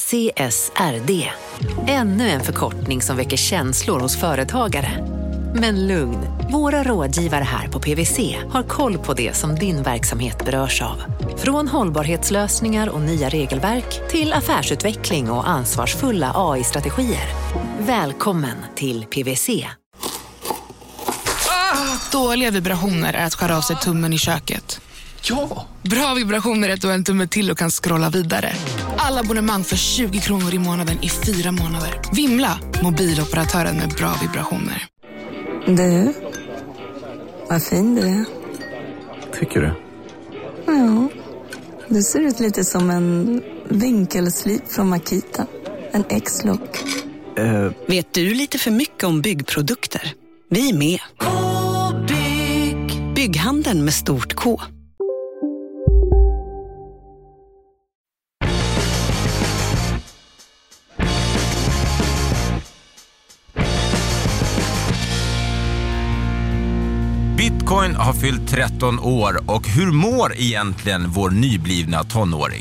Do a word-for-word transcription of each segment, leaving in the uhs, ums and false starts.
C S R D. Ännu en förkortning som väcker känslor hos företagare. Men lugn, våra rådgivare här på P W C har koll på det som din verksamhet berörs av. Från hållbarhetslösningar och nya regelverk till affärsutveckling och ansvarsfulla A I-strategier. Välkommen till P W C. Ah, dåliga vibrationer är att skära av sig tummen i köket. Ja! Bra vibrationer är att du har en tumme till och kan scrolla vidare. Alla abonnemang för tjugo kronor i månaden i fyra månader. Vimla, mobiloperatören med bra vibrationer. Du, vad fin du är. Tycker du? Ja, du ser ut lite som en vinkelslip från Makita. En X-look. Uh. Vet du lite för mycket om byggprodukter? Vi är med. K-bygg. Bygghandeln med stort K. Bitcoin har fyllt tretton år och hur mår egentligen vår nyblivna tonåring?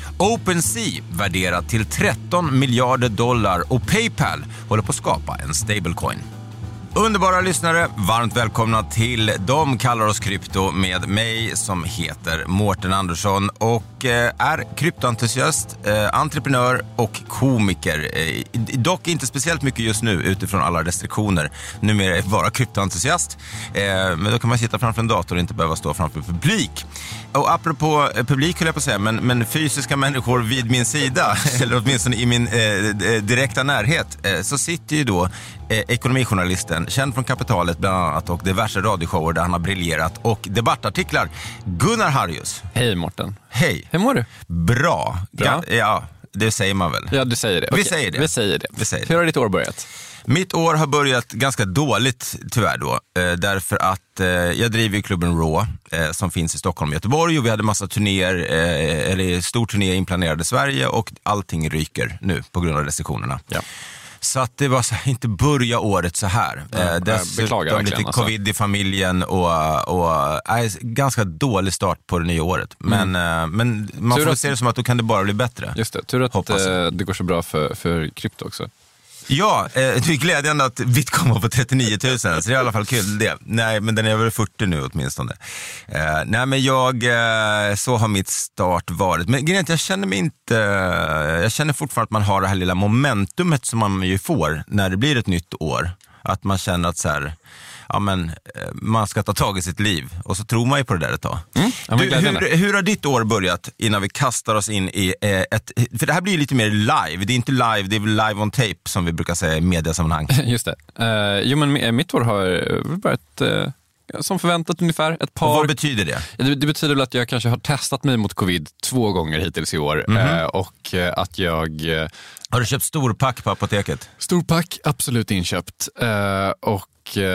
OpenSea värderat till tretton miljarder dollar och PayPal håller på att skapa en stablecoin. Underbara lyssnare, varmt välkomna till De kallar oss krypto med mig som heter Mårten Andersson och är kryptoentusiast, entreprenör och komiker. Dock inte speciellt mycket just nu utifrån alla restriktioner. Numera är jag bara kryptoentusiast, men då kan man sitta framför en dator och inte behöva stå framför publik. Och apropå publik höll jag på att säga, men, men fysiska människor vid min sida, eller åtminstone i min eh, direkta närhet, eh, så sitter ju då eh, ekonomijournalisten, känd från Kapitalet bland annat och diverse radioshower där han har briljerat och debattartiklar, Gunnar Harrius. Hej Mårten. Hej. Hur mår du? Bra. Bra? Ja, ja, det säger man väl. Ja, du säger det. Vi Okej. säger det. Vi säger det. Vi säger det. Hur har ditt år börjat? Mitt år har börjat ganska dåligt tyvärr då, eh, därför att eh, jag driver klubben Raw eh, som finns i Stockholm och Göteborg och vi hade massa turnéer, eh, eller stor turné inplanerad i Sverige och allting ryker nu på grund av restriktionerna. Ja. Så att det var så här, inte börja året så här. Ja, eh, dessutom lite alltså. covid i familjen och, och äh, ganska dålig start på det nya året. Men, mm. eh, men man tur får att, se det som att då kan det bara bli bättre. Just det, tur att eh, det går så bra för, för krypto också. Ja, eh, det är glädjande att Bitcoin var på trettionio tusen, så det är i alla fall kul det. Nej, men den är över fyrtio nu åtminstone. Eh, nej, men jag, eh, så har mitt start varit. Men grejen är att jag känner mig inte, jag känner fortfarande att man har det här lilla momentumet som man ju får när det blir ett nytt år. Att man känner att så här, ja men man ska ta tag i sitt liv och så tror man ju på det där ett tag. Mm. Ja, du, hur, hur har ditt år börjat innan vi kastar oss in i eh, ett, för det här blir ju lite mer live, det är inte live, det är väl live on tape som vi brukar säga i mediasammanhang. Just det. Uh, jo men mitt år har börjat uh, som förväntat ungefär ett par... Och vad betyder det? det? Det betyder väl att jag kanske har testat mig mot covid två gånger hittills i år. Mm-hmm. uh, och uh, att jag... Uh, har du köpt storpack på apoteket? Storpack, absolut inköpt. Uh, och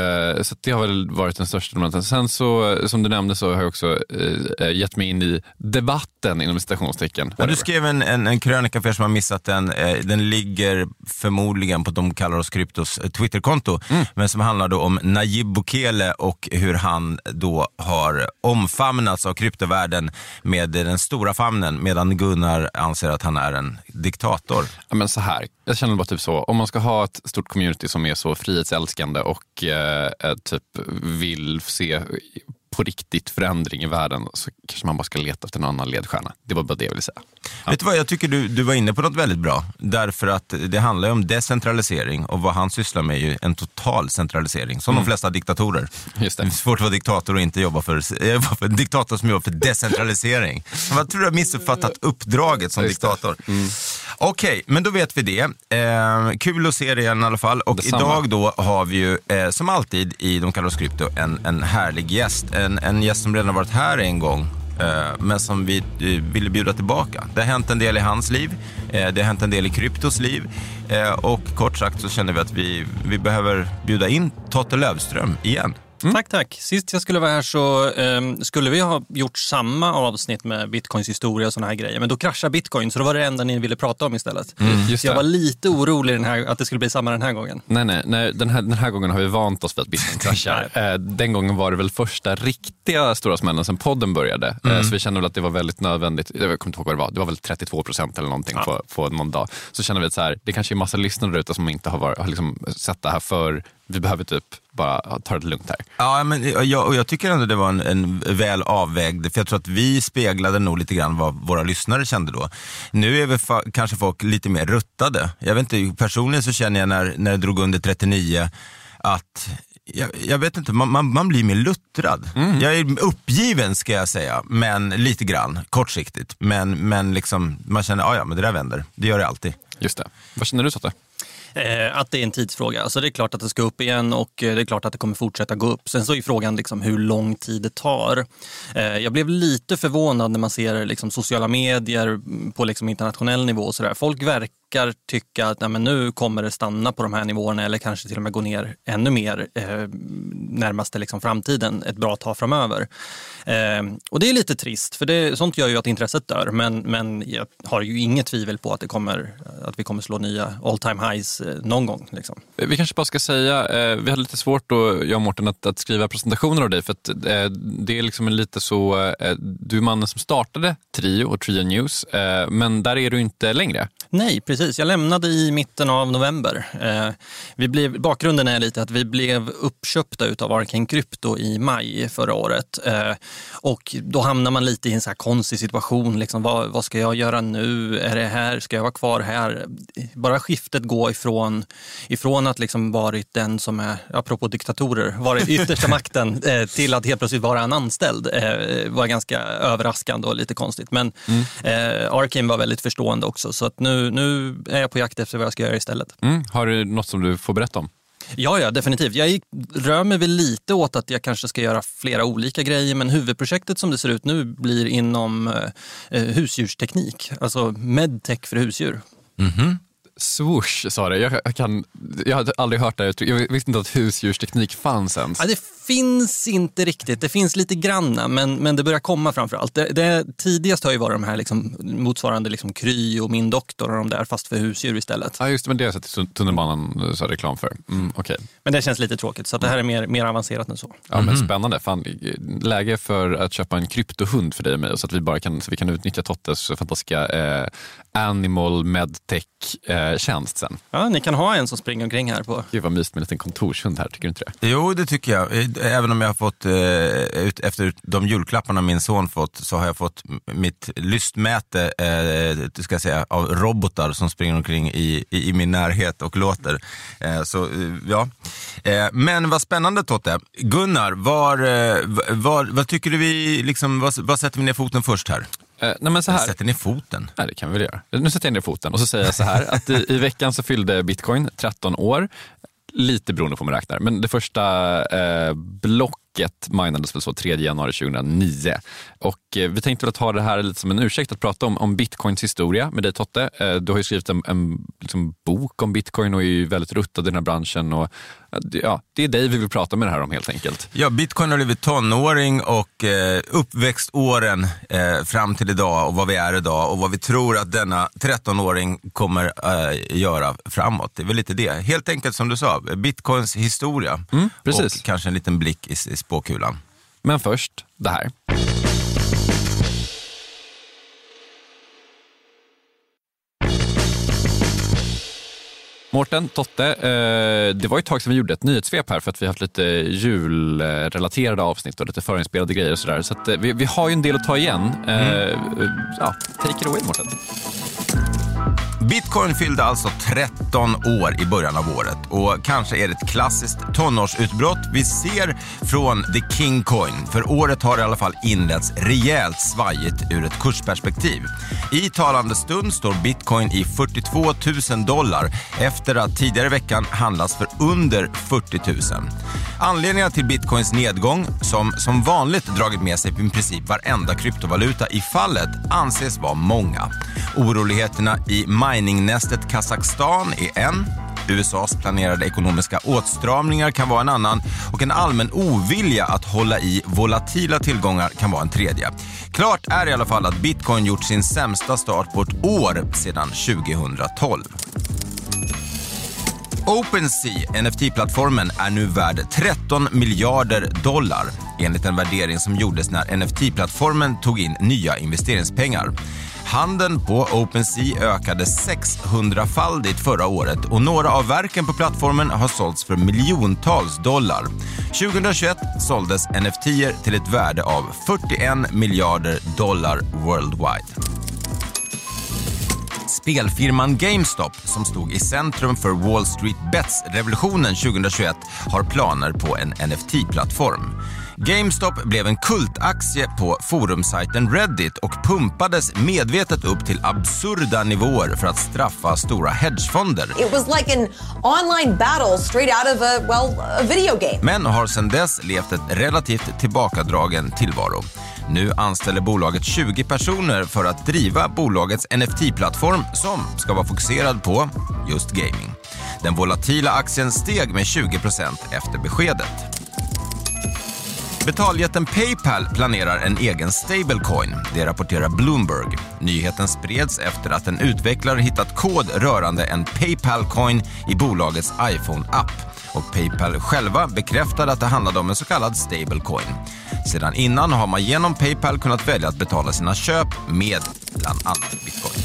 så det har väl varit den största momenten. Sen så, som du nämnde, så har jag också eh, gett mig in i debatten inom citationstecken. Ja, du skrev en, en, en krönika för er som har missat den. Eh, den ligger förmodligen på De kallar oss kryptos Twitterkonto. Mm. Men som handlar då om Nayib Bukele och hur han då har omfamnats av kryptovärlden med den stora famnen, medan Gunnar anser att han är en diktator. Ja, men så här, jag känner bara typ så. Om man ska ha ett stort community som är så frihetsälskande och eh, typ vill se på riktigt förändring i världen, så kanske man bara ska leta efter en annan ledstjärna. Det var bara det jag ville säga. Ja. Vet du vad, jag tycker du, du var inne på något väldigt bra. Därför att det handlar ju om decentralisering och vad han sysslar med är ju en total centralisering. Som mm. de flesta diktatorer. Just det. Det är svårt att vara diktator och inte jobba för, jobba för en diktator som jobbar för decentralisering. Vad tror du har missuppfattat uppdraget som diktator? Mm. Okej, okay, men då vet vi det. Eh, kul att se det igen i alla fall. Och Detsamma. Idag då har vi ju eh, som alltid i De kallar oss krypto en, en härlig gäst. En, en gäst som redan har varit här en gång. Men som vi ville bjuda tillbaka. Det har hänt en del i hans liv. Det har hänt en del i kryptos liv. Och kort sagt så känner vi att vi, vi behöver bjuda in Totte Lövström igen. Mm. Tack, tack. Sist jag skulle vara här så um, skulle vi ha gjort samma avsnitt med Bitcoins historia och såna här grejer. Men då kraschar Bitcoin, så då var det enda ni ville prata om istället. Mm, just så jag var lite orolig den här, att det skulle bli samma den här gången. Nej, nej. nej den, här, den här gången har vi vant oss vid att Bitcoin kraschar. eh, den gången var det väl första riktiga stora smällen sen podden började. Mm. Eh, så vi kände väl att det var väldigt nödvändigt. Jag kommer inte ihåg vad det var. Det var väl trettiotvå procent eller någonting ja. på, på någon dag. Så kände vi att så här, det kanske är massa lyssnare där ute som inte har, varit, har liksom sett det här för. Vi behöver typ bara ta det lugnt här. Ja, men jag, och jag tycker ändå det var en, en väl avvägd, för jag tror att vi speglade nog lite grann vad våra lyssnare kände då. Nu är vi fa- kanske folk lite mer ruttade. Jag vet inte, personligen så känner jag när, när det drog under trettionio att jag, jag vet inte, man, man, man blir mer luttrad. Mm. Jag är uppgiven ska jag säga, men lite grann, kortsiktigt. Men, men liksom, man känner, ja ja, men det där vänder. Det gör det alltid. Just det. Vad känner du, Totte? Eh, att det är en tidsfråga. Alltså det är klart att det ska upp igen och det är klart att det kommer fortsätta gå upp. Sen så är frågan liksom hur lång tid det tar. Eh, jag blev lite förvånad när man ser liksom sociala medier på liksom internationell nivå och sådär. Folk verkar tycka att nej, men nu kommer det stanna på de här nivåerna eller kanske till och med gå ner ännu mer eh, närmaste liksom framtiden ett bra tag framöver. Eh, och det är lite trist, för det, sånt gör ju att intresset dör, men, men jag har ju inget tvivel på att, det kommer, att vi kommer slå nya all-time highs eh, någon gång. Liksom. Vi kanske bara ska säga, eh, vi hade lite svårt då, jag och Mårten, att, att skriva presentationer av dig, för att eh, det är liksom en lite så, eh, du är mannen som startade Trio och Trio News, eh, men där är du inte längre. Nej, precis. Jag lämnade i mitten av november. Eh, vi blev, bakgrunden är lite att vi blev uppköpta utav Arcane Crypto i maj förra året. Eh, och då hamnar man lite i en så här konstig situation. Liksom, vad, vad ska jag göra nu? Är det här? Ska jag vara kvar här? Bara skiftet går ifrån, ifrån att liksom varit den som är, apropå diktatorer, varit yttersta makten eh, till att helt plötsligt vara en anställd. Eh, var ganska överraskande och lite konstigt. Men mm. eh, Arcane var väldigt förstående också. Så att nu, nu är jag på jakt efter vad jag ska göra istället. Mm. Har du något som du får berätta om? Ja, ja, definitivt. Jag gick, rör mig väl lite åt att jag kanske ska göra flera olika grejer, men huvudprojektet som det ser ut nu blir inom eh, husdjursteknik, alltså medtech för husdjur. Mm-hmm. Swoosh, sa det. Jag, kan, jag hade aldrig hört det. Jag visste inte att husdjursteknik fanns ens. Ja, det finns inte riktigt. Det finns lite granna, men, men det börjar komma framförallt. Det, det tidigast har ju varit de här liksom, motsvarande liksom, Kry och Min doktor och de där, fast för husdjur istället. Ja, just det, men det har jag sett i tunnelbanan så reklam för. Mm, okay. Men det känns lite tråkigt, så att det här är mer, mer avancerat än så. Ja, mm-hmm. Men spännande. Fan, läge för att köpa en kryptohund för dig och mig, så att vi bara kan, så vi kan utnyttja Tottes fantastiska eh, animal medtech eh, tjänst sen. Ja, ni kan ha en som springer omkring här på. Gud vad mysigt med en liten kontorshund här, tycker du inte det? Jo, det tycker jag. Även om jag har fått, eh, ut, efter de julklapparna min son fått, så har jag fått mitt lystmäte eh, ska jag säga, av robotar som springer omkring i, i, i min närhet och låter. Eh, så, eh, ja. Eh, men vad spännande, Totte. Gunnar, var, var, vad tycker du vi, liksom, vad, vad sätter vi ner foten först här? Eh, nej men så här. Sätter ni foten? Nej, det kan vi väl göra. Nu sätter jag ner foten och så säger jag så här att i, i veckan så fyllde Bitcoin tretton år. Lite beroende på hur man räknar. Men det första eh, blocket minades väl så tredje januari tjugohundranio. Och eh, vi tänkte väl ta det här lite som en ursäkt att prata om, om Bitcoins historia med dig, Totte. Eh, du har ju skrivit en, en liksom, bok om Bitcoin och är ju väldigt ruttad i den här branschen. Och, ja, det är dig vi vill prata med det här om helt enkelt. Ja, Bitcoin har blivit tonåring och eh, uppväxtåren eh, fram till idag och vad vi är idag och vad vi tror att denna trettonåring kommer eh, göra framåt. Det är väl lite det. Helt enkelt som du sa, Bitcoins historia mm, precis. Och kanske en liten blick i, i spåkulan. Men först det här. Mårten, Totte, eh, det var ju ett tag sedan vi gjorde ett nyhetssvep här för att vi har haft lite julrelaterade avsnitt och lite förinspelade grejer och sådär. Så att, eh, vi, vi har ju en del att ta igen. Eh, mm. Ja, take it away, Mårten. Bitcoin fyllde alltså tretton år i början av året och kanske är det ett klassiskt tonårsutbrott vi ser från The King Coin. För året har i alla fall inletts rejält svajigt ur ett kursperspektiv. I talande stund står Bitcoin i fyrtiotvå tusen dollar efter att tidigare i veckan handlas för under fyrtio tusen. Anledningarna till Bitcoins nedgång, som som vanligt dragit med sig i princip varenda kryptovaluta i fallet, anses vara många. Oroligheterna i miningnästet Kazakstan är en. U S A:s planerade ekonomiska åtstramningar kan vara en annan och en allmän ovilja att hålla i volatila tillgångar kan vara en tredje. Klart är i alla fall att Bitcoin gjort sin sämsta start på ett år sedan tjugohundratolv. OpenSea, N F T-plattformen, är nu värd tretton miljarder dollar enligt en värdering som gjordes när N F T-plattformen tog in nya investeringspengar. Handeln på OpenSea ökade sexhundrafaldigt förra året och några av verken på plattformen har sålts för miljontals dollar. tjugohundratjugoett såldes N F T-er till ett värde av fyrtioen miljarder dollar worldwide. Spelfirman GameStop, som stod i centrum för Wall Street Bets-revolutionen tjugohundratjugoett, har planer på en N F T-plattform. GameStop blev en kultaktie på forumsajten Reddit och pumpades medvetet upp till absurda nivåer för att straffa stora hedgefonder. It was like an online battle straight out of a, well, a video game. Men har sedan dess levt ett relativt tillbakadragen tillvaro. Nu anställer bolaget tjugo personer för att driva bolagets N F T-plattform som ska vara fokuserad på just gaming. Den volatila aktien steg med tjugo procent efter beskedet. Betaljätten PayPal planerar en egen stablecoin, det rapporterar Bloomberg. Nyheten spreds efter att en utvecklare hittat kod rörande en PayPal-coin i bolagets iPhone-app. Och PayPal själva bekräftade att det handlade om en så kallad stablecoin. Sedan innan har man genom PayPal kunnat välja att betala sina köp med bland annat Bitcoin.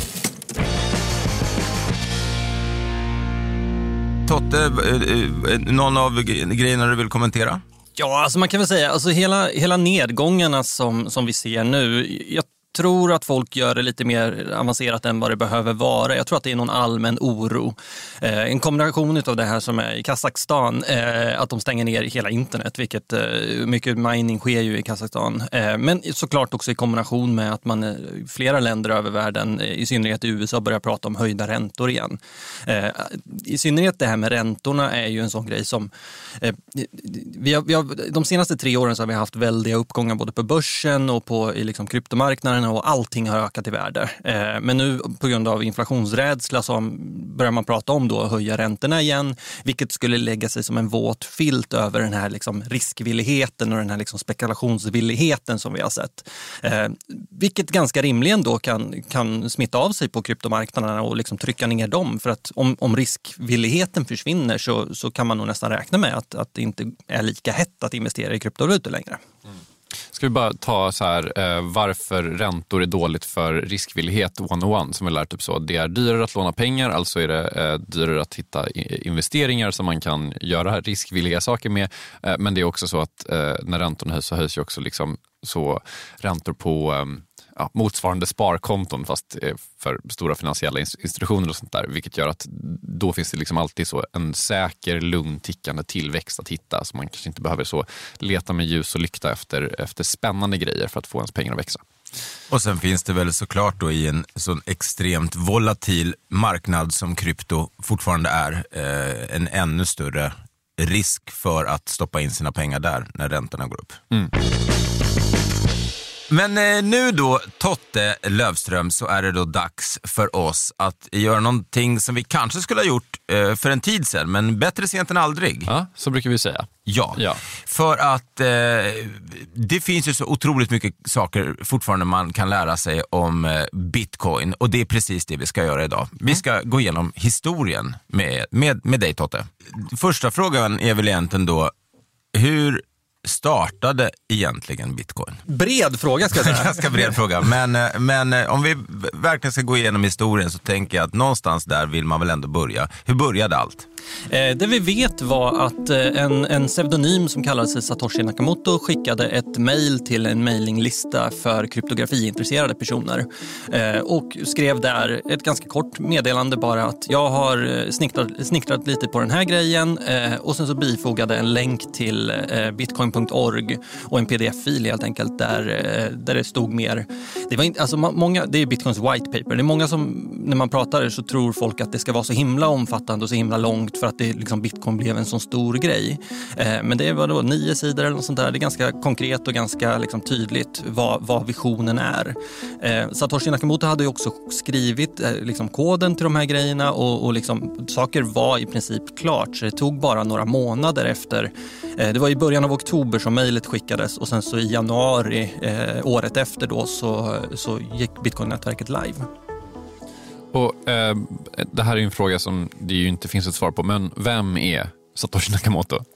Totte, någon av grejerna du vill kommentera? Ja, alltså man kan väl säga, alltså hela, hela nedgångarna som, som vi ser nu, jag tror att folk gör det lite mer avancerat än vad det behöver vara. Jag tror att det är någon allmän oro. Eh, en kombination av det här som är i Kazakstan, eh, att de stänger ner hela internet, vilket eh, mycket mining sker ju i Kazakstan. Eh, men såklart också i kombination med att man i flera länder över världen, i synnerhet i U S A, börjar prata om höjda räntor igen. Eh, I synnerhet det här med räntorna är ju en sån grej som eh, vi har, vi har, de senaste tre åren så har vi haft väldiga uppgångar både på börsen och på i liksom kryptomarknaden och allting har ökat i värde. Eh, men nu på grund av inflationsrädsla så börjar man prata om då att höja räntorna igen, vilket skulle lägga sig som en våt filt över den här liksom riskvilligheten och den här liksom spekulationsvilligheten som vi har sett. Eh, vilket ganska rimligen då kan, kan smitta av sig på kryptomarknaderna och liksom trycka ner dem, för att om, om riskvilligheten försvinner så, så kan man nog nästan räkna med att, att det inte är lika hett att investera i kryptovalutor längre. Mm. Ska vi bara ta så här, eh, varför räntor är dåligt för riskvillighet one-on-one, som vi lärt typ så. Det är dyrare att låna pengar, alltså är det eh, dyrare att hitta investeringar som man kan göra riskvilliga saker med. Eh, men det är också så att eh, när räntorna höjs så höjs ju också liksom så räntor på eh, ja, motsvarande sparkonton, fast eh, för stora finansiella institutioner och sånt där, vilket gör att då finns det liksom alltid så en säker, lugn, tickande tillväxt att hitta, så man kanske inte behöver så leta med ljus och lykta efter, efter spännande grejer för att få ens pengar att växa. Och sen finns det väl såklart då i en sån extremt volatil marknad som krypto fortfarande är eh, en ännu större risk för att stoppa in sina pengar där när räntorna går upp. Mm. Men eh, nu då, Totte Lövström, så är det då dags för oss att göra någonting som vi kanske skulle ha gjort eh, för en tid sedan, men bättre sent än aldrig. Ja, så brukar vi säga. Ja, ja. För att eh, det finns ju så otroligt mycket saker fortfarande man kan lära sig om eh, Bitcoin, och det är precis det vi ska göra idag. Mm. Vi ska gå igenom historien med, med, med dig, Totte. Första frågan är väl egentligen då, hur startade egentligen Bitcoin? Bred fråga ska jag säga. Ganska bred fråga. Men, men om vi verkligen ska gå igenom historien så tänker jag att någonstans där vill man väl ändå börja. Hur började allt? Eh, det vi vet var att eh, en, en pseudonym som kallade sig Satoshi Nakamoto skickade ett mejl till en mailinglista för kryptografiintresserade personer eh, och skrev där ett ganska kort meddelande bara att jag har snickrat, snickrat lite på den här grejen eh, och sen så bifogade en länk till eh, bitcoin punkt org och en pdf-fil helt enkelt där, eh, där det stod mer. Det var inte, alltså många, det är Bitcoins white paper. Det är många som, när man pratar så tror folk att det ska vara så himla omfattande och så himla långt sjukt för att det, liksom, bitcoin blev en sån stor grej. Eh, men det var då nio sidor eller något sånt där. Det är ganska konkret och ganska liksom, tydligt vad, vad visionen är. Eh, Satoshi Nakamoto hade ju också skrivit eh, liksom, koden till de här grejerna och, och liksom, saker var i princip klart. Så det tog bara några månader efter. Eh, det var i början av oktober som mejlet skickades och sen så i januari eh, året efter då så, så gick Bitcoin-nätverket live. Och, eh, det här är ju en fråga som det ju inte finns ett svar på, men vem är Satoshi Nakamoto?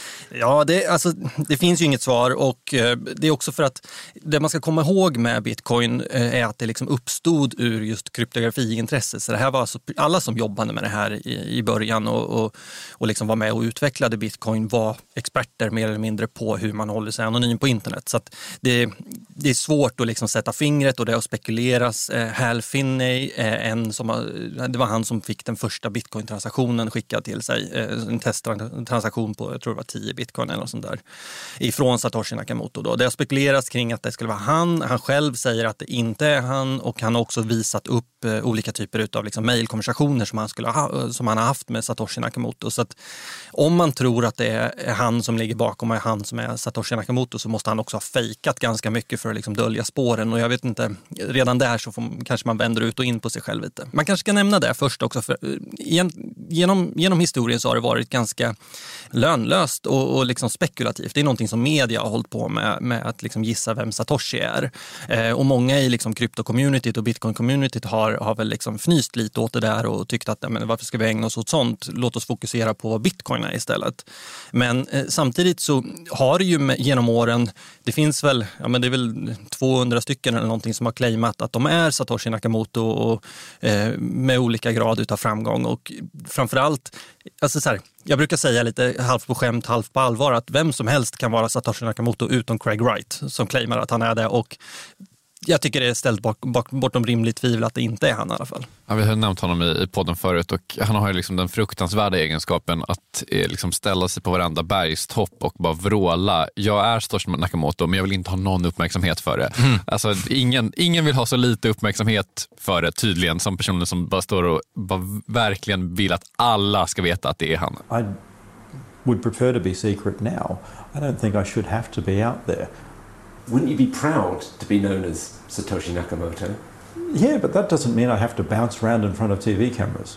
Ja, det, alltså, det finns ju inget svar och eh, det är också för att det man ska komma ihåg med Bitcoin eh, är att det liksom uppstod ur just kryptografiintresse. Så det här var alltså, alla som jobbade med det här i, i början och, och, och liksom var med och utvecklade Bitcoin var experter mer eller mindre på hur man håller sig anonym på internet. Så att det, det är svårt att liksom sätta fingret och det har spekuleras. Eh, Hal Finney, eh, en som, det var han som fick den första Bitcoin-transaktionen skickad till sig. Eh, en testtransaktion på, jag tror det var tio Bitcoin eller något sånt där, ifrån Satoshi Nakamoto. Då. Det har spekulerats kring att det skulle vara han. Han själv säger att det inte är han och han har också visat upp eh, olika typer av liksom, mejlkonversationer som han, skulle ha, som han har haft med Satoshi Nakamoto. Så att om man tror att det är han som ligger bakom och är han som är Satoshi Nakamoto så måste han också ha fejkat ganska mycket för att liksom, dölja spåren. Och jag vet inte, redan där så får, kanske man vänder ut och in på sig själv lite. Man kanske ska nämna det först också. För, igen, genom, genom historien så har det varit ganska lönlöst och, och liksom spekulativt. Det är någonting som media har hållit på med, med att liksom gissa vem Satoshi är. Eh, och många i liksom krypto-communityt och bitcoin-communityt har, har väl liksom fnyst lite åt det där och tyckt att men varför ska vi ägna oss åt sånt? Låt oss fokusera på vad bitcoin är istället. Men eh, samtidigt så har det ju med, genom åren, det finns väl, ja, men det är väl tvåhundra stycken eller någonting som har claimat att de är Satoshi Nakamoto och, eh, med olika grad utav framgång. Och framförallt, alltså så här, jag brukar säga lite halvt på skämt, halvt på allvar att vem som helst kan vara Satoshi Nakamoto utom Craig Wright som claimar att han är det och jag tycker det är ställt bak, bak, bortom rimligt tvivel att det inte är han i alla fall. Ja, vi har nämnt honom i, i podden förut och han har ju liksom den fruktansvärda egenskapen att eh, liksom ställa sig på varenda bergstopp och bara vråla. Jag är Satoshi Nakamoto men jag vill inte ha någon uppmärksamhet för det. Mm. Alltså, ingen, ingen vill ha så lite uppmärksamhet för det tydligen som personer som bara står och bara verkligen vill att alla ska veta att det är han. I would prefer to be secret now. I don't think I should have to be out there. Wouldn't you be proud to be known as Satoshi Nakamoto? Yeah, but that doesn't mean I have to bounce around in front of T V cameras.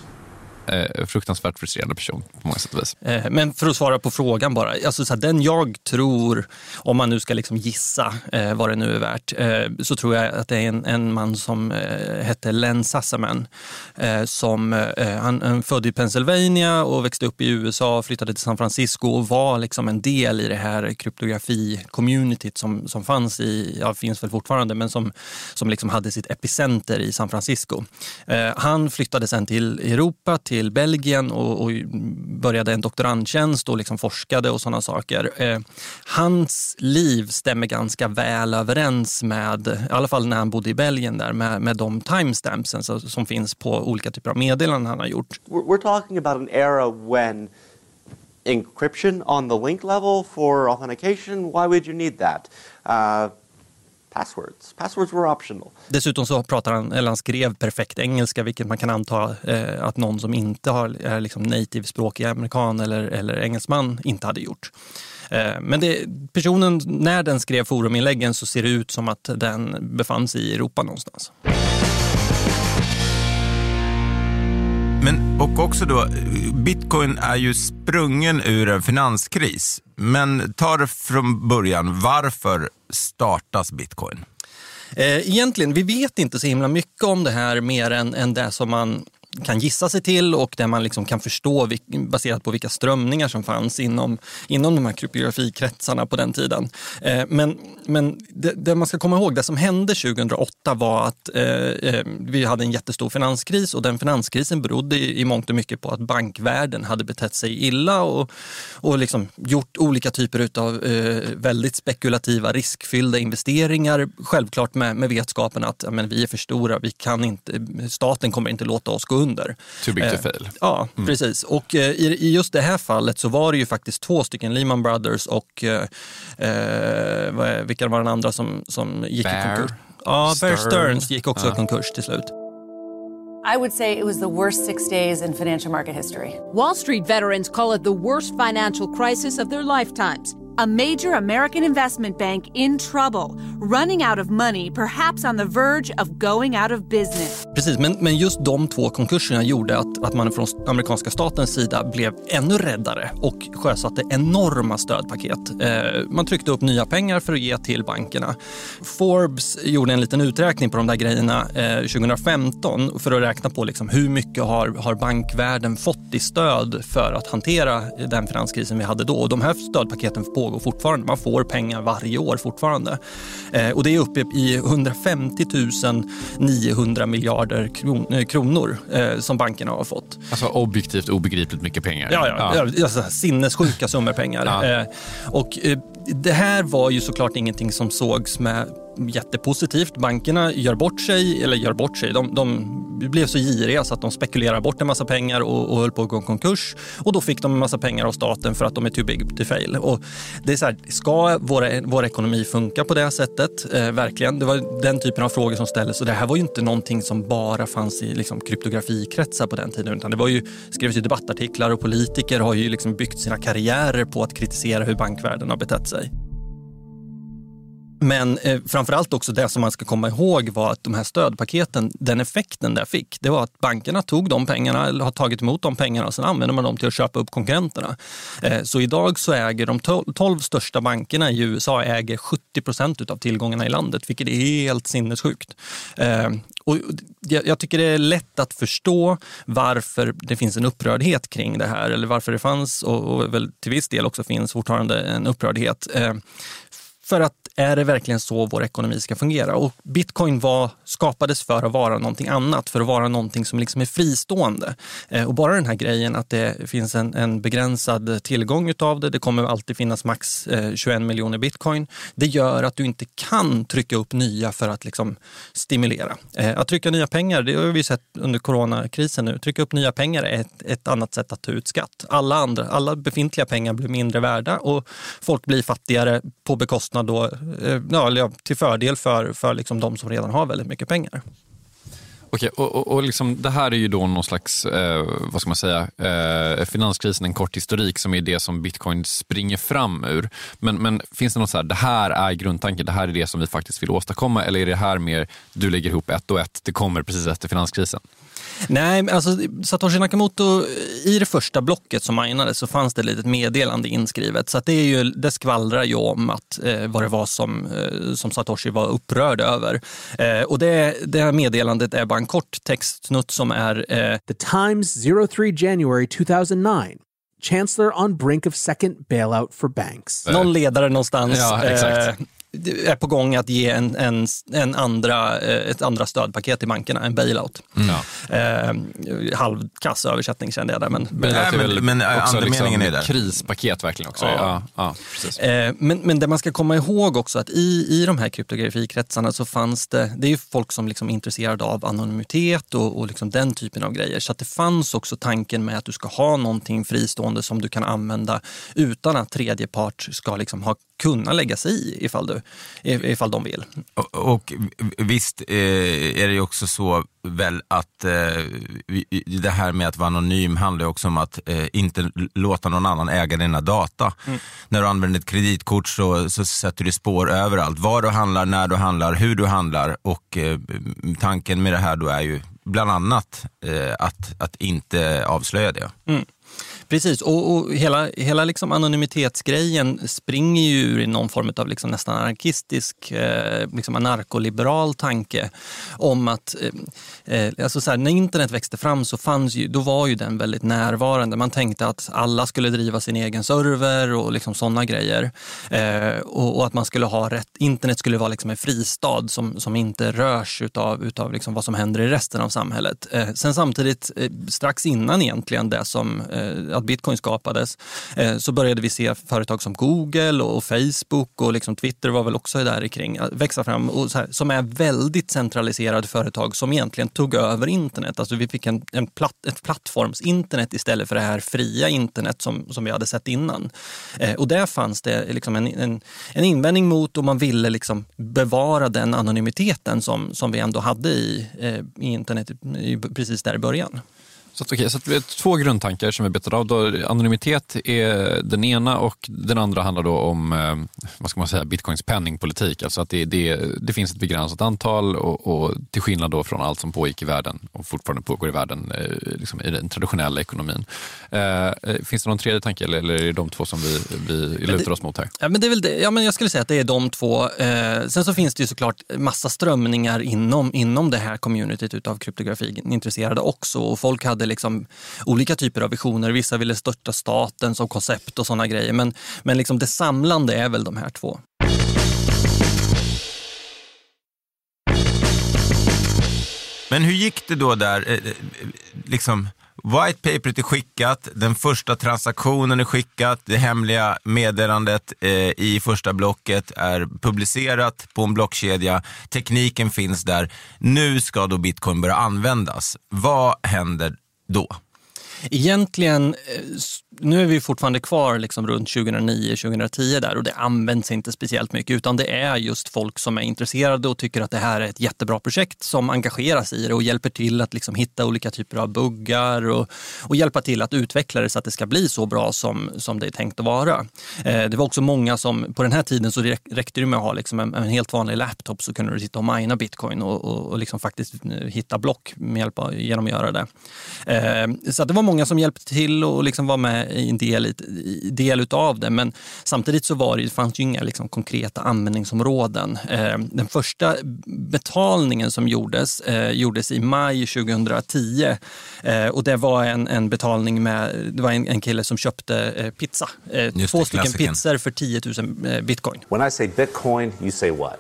Eh, fruktansvärt frustrerande person på många sätt och vis. Eh, men för att svara på frågan bara, alltså så här, den jag tror, om man nu ska liksom gissa eh, vad det nu är värt, eh, så tror jag att det är en, en man som eh, hette Len Sassaman eh, som eh, han, han född i Pennsylvania och växte upp i U S A, flyttade till San Francisco och var liksom en del i det här kryptografi-communityt som, som fanns i, ja finns väl fortfarande, men som, som liksom hade sitt epicenter i San Francisco. Eh, han flyttade sen till Europa, till till Belgien och, och började en doktorandtjänst och liksom forskade och sådana saker. Eh, hans liv stämmer ganska väl överens med, i alla fall när han bodde i Belgien där, med, med de timestampsen som, som finns på olika typer av meddelanden han har gjort. We're talking about an era when encryption on the link level for authentication, why would you need that? Uh, Passwords. Passwords were optional. Dessutom så pratar han, eller han skrev perfekt engelska, vilket man kan anta eh, att någon som inte har, är liksom native språk i amerikan eller, eller engelsman inte hade gjort. Eh, men det, personen, när den skrev foruminläggen så ser det ut som att den befann sig i Europa någonstans. Men och också då, Bitcoin är ju sprungen ur en finanskris. Men ta det från början, varför startas Bitcoin? Egentligen, vi vet inte så himla mycket om det här mer än, än det som man kan gissa sig till och där man liksom kan förstå baserat på vilka strömningar som fanns inom, inom de här kryptografikretsarna på den tiden. Eh, men men det, det man ska komma ihåg, det som hände tjugohundraåtta var att eh, vi hade en jättestor finanskris och den finanskrisen berodde i, i mångt och mycket på att bankvärlden hade betett sig illa och, och liksom gjort olika typer av eh, väldigt spekulativa, riskfyllda investeringar. Självklart med, med vetskapen att ja, men vi är för stora, vi kan inte, staten kommer inte låta oss gå under. Too big to fail. Eh, ja, mm. precis. Och eh, i, i just det här fallet så var det ju faktiskt två stycken Lehman Brothers och eh, vad, vilka var den andra som, som gick Bear. i konkurs? Ja, Bear Stearns. Stearns gick också i ja. konkurs till slut. I would say it was the worst six days in financial market history. Wall Street veterans call it the worst financial crisis of their lifetimes. A major American investment bank in trouble, running out of money, perhaps on the verge of going out of business. Precis, men, men just de två konkurserna gjorde att, att man från amerikanska statens sida blev ännu räddare och sjösatte enorma stödpaket. Eh, man tryckte upp nya pengar för att ge till bankerna. Forbes gjorde en liten uträkning på de där grejerna eh, tjugo femton för att räkna på liksom hur mycket har, har bankvärlden fått i stöd för att hantera den finanskrisen vi hade då. Och de här stödpaketen på och fortfarande. Man får pengar varje år fortfarande. Eh, och det är uppe i hundrafemtio tusen niohundra miljarder kron- kronor eh, som bankerna har fått. Alltså objektivt obegripligt mycket pengar. Ja, ja, ja. ja alltså, sinnessjuka summor pengar. Ja. Eh, och eh, det här var ju såklart ingenting som sågs med jättepositivt. Bankerna gör bort sig, eller gör bort sig. De, de blev så giriga så att de spekulerar bort en massa pengar och, och höll på att gå konkurs. Och då fick de en massa pengar av staten för att de är too big to fail. Och det är så här, ska vår, vår ekonomi funka på det sättet? Eh, verkligen. Det var den typen av frågor som ställdes. Och det här var ju inte någonting som bara fanns i liksom, kryptografikretsar på den tiden. Utan det var ju, skrevs ju debattartiklar och politiker har ju liksom byggt sina karriärer på att kritisera hur bankvärlden har betett sig. Men eh, framförallt också det som man ska komma ihåg var att de här stödpaketen, den effekten där fick, det var att bankerna tog de pengarna, eller har tagit emot de pengarna och sen använder man dem till att köpa upp konkurrenterna. Eh, så idag så äger de tolv största bankerna i U S A äger sjuttio procent av tillgångarna i landet, vilket är helt sinnessjukt. Eh, och jag, jag tycker det är lätt att förstå varför det finns en upprördhet kring det här, eller varför det fanns och, och väl till viss del också finns fortfarande en upprördhet. Eh, För att är det verkligen så vår ekonomi ska fungera? Och Bitcoin var, skapades för att vara någonting annat, för att vara någonting som liksom är fristående. Eh, och bara den här grejen att det finns en, en begränsad tillgång utav det, det kommer alltid finnas max eh, tjugoen miljoner bitcoin, det gör att du inte kan trycka upp nya för att liksom stimulera. Eh, att trycka nya pengar, det har vi sett under coronakrisen nu, trycka upp nya pengar är ett, ett annat sätt att ta ut skatt. Alla, andra, alla befintliga pengar blir mindre värda och folk blir fattigare på bekostnad då, ja, till fördel för, för liksom de som redan har väldigt mycket pengar. Okej, och, och, och liksom, det här är ju då någon slags, eh, vad ska man säga, eh, finanskrisen, en kort historik som är det som Bitcoin springer fram ur. Men, men finns det något så här, det här är grundtanken, det här är det som vi faktiskt vill åstadkomma, eller är det här mer, du lägger ihop ett och ett, det kommer precis efter finanskrisen? Nej, alltså Satoshi Nakamoto, i det första blocket som minades så fanns det ett litet meddelande inskrivet. Så att det, är ju, det skvallrar ju om att, eh, vad det var som, eh, som Satoshi var upprörd över. Eh, och det, det här meddelandet är bara en kort textsnutt som är... Eh, The Times oh three January two thousand nine. Chancellor on brink of second bailout for banks. Någon ledare någonstans... Ja, exakt. Eh, är på gång att ge en, en, en andra, ett andra stödpaket till bankerna, en bailout. Mm. Eh, halvkass översättning kände jag där. Men, men, nej, men, men andemeningen är där. Krispaket verkligen också. Ja. Ja, ja, precis. Eh, men, men det man ska komma ihåg också att i, i de här kryptografikretsarna så fanns det, det är ju folk som liksom är intresserade av anonymitet och, och liksom den typen av grejer. Så att det fanns också tanken med att du ska ha någonting fristående som du kan använda utan att tredje part ska liksom ha kunna lägga sig i ifall, du, ifall de vill. Och, och visst eh, är det ju också så väl att eh, det här med att vara anonym handlar också om att eh, inte låta någon annan äga dina data. Mm. När du använder ett kreditkort så, så sätter du spår överallt. Var du handlar, när du handlar, hur du handlar, och eh, tanken med det här då är ju bland annat eh, att, att inte avslöja det. Mm. Precis, och, och hela, hela liksom anonymitetsgrejen springer ju ur i någon form av liksom nästan anarkistisk, eh, liksom anarkoliberal tanke om att eh, alltså så här, när internet växte fram så fanns ju, då var ju den väldigt närvarande. Man tänkte att alla skulle driva sin egen server och liksom sådana grejer. Eh, och, och att man skulle ha rätt, internet skulle vara liksom en fristad som, som inte rörs utav, utav liksom vad som händer i resten av samhället. Eh, sen samtidigt, eh, strax innan egentligen det som eh, att bitcoin skapades, eh, så började vi se företag som Google och Facebook och liksom Twitter var väl också där kring växa fram och så här, som är väldigt centraliserade företag som egentligen tog över internet. Alltså vi fick en, en platt, ett plattformsinternet istället för det här fria internet som, som vi hade sett innan. Eh, och där fanns det liksom en, en, en invändning mot och man ville liksom bevara den anonymiteten som, som vi ändå hade i, eh, i internet i, precis där i början. Så, att, okay, så att vi har två grundtankar som vi betar av. Då, anonymitet är den ena och den andra handlar då om eh, vad ska man säga, bitcoins penningpolitik. Alltså att det, det, det finns ett begränsat antal och, och till skillnad då från allt som pågick i världen och fortfarande pågår i världen eh, liksom i den traditionella ekonomin. Eh, finns det någon tredje tanke eller, eller är det de två som vi, vi lutar oss mot här? Ja, men det är väl det. Ja, men jag skulle säga att det är de två. Eh, sen så finns det ju såklart massa strömningar inom, inom det här communityt utav kryptografi intresserade också och folk hade liksom olika typer av visioner. Vissa ville störta staten som koncept och sådana grejer. Men, men liksom det samlande är väl de här två. Men hur gick det då där? Liksom, white paperet är skickat, den första transaktionen är skickat, det hemliga meddelandet eh, i första blocket är publicerat på en blockkedja, tekniken finns där. Nu ska då bitcoin börja användas. Vad händer då? Egentligen, nu är vi fortfarande kvar liksom runt tjugohundranio tjugohundratio där och det används inte speciellt mycket utan det är just folk som är intresserade och tycker att det här är ett jättebra projekt som engageras i det och hjälper till att liksom hitta olika typer av buggar och, och hjälpa till att utveckla det så att det ska bli så bra som, som det är tänkt att vara. Eh, det var också många som, på den här tiden så räckte det med att ha liksom en, en helt vanlig laptop så kunde du sitta och mina bitcoin och, och, och liksom faktiskt hitta block med hjälp av, genom att göra det. Eh, så att det var många som hjälpte till och liksom var med i en del, i del utav det. Men samtidigt så var det, det fanns ju inga liksom konkreta användningsområden. Eh, den första betalningen som gjordes eh, gjordes i maj tjugohundratio. Eh, och det var en, en betalning med, det var en, en kille som köpte eh, pizza. Eh, två stycken klassiken. Pizzor för tio tusen eh, bitcoin. When I say bitcoin, you say what?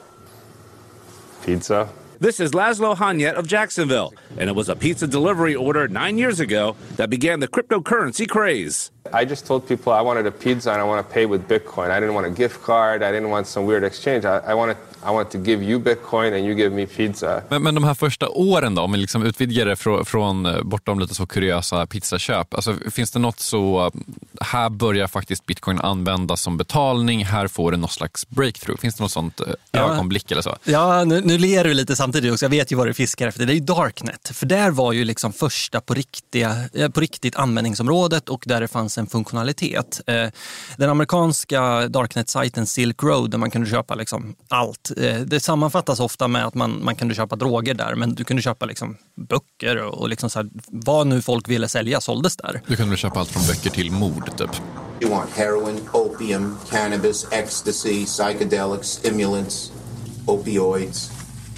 Pizza. This is Laszlo Hanyet of Jacksonville, and it was a pizza delivery order nine years ago that began the cryptocurrency craze. I just told people I wanted a pizza and I want to pay with Bitcoin. I didn't want a gift card. I didn't want some weird exchange. I, I wanted I want to give you Bitcoin and you give me pizza. Men, men de här första åren då, om vi liksom utvidgar det från, från bortom lite så kuriösa pizzaköp. Alltså, finns det något så, här börjar faktiskt Bitcoin användas som betalning, här får det något slags breakthrough. Finns det något sånt ja. ögonblick eller så? Ja, nu, nu ler du lite samtidigt också. Jag vet ju vad du fiskar efter. Det är ju Darknet. För där var ju liksom första på, riktiga, på riktigt användningsområdet och där det fanns en funktionalitet. Den amerikanska Darknet-sajten Silk Road där man kunde köpa liksom allt. Det sammanfattas ofta med att man, man kunde köpa droger där, men du kunde köpa liksom böcker och, och liksom så här, vad nu folk ville sälja såldes där. Du kunde köpa allt från böcker till mord typ. You want heroin, opium, cannabis, ecstasy, psychedelics, stimulants, opioids,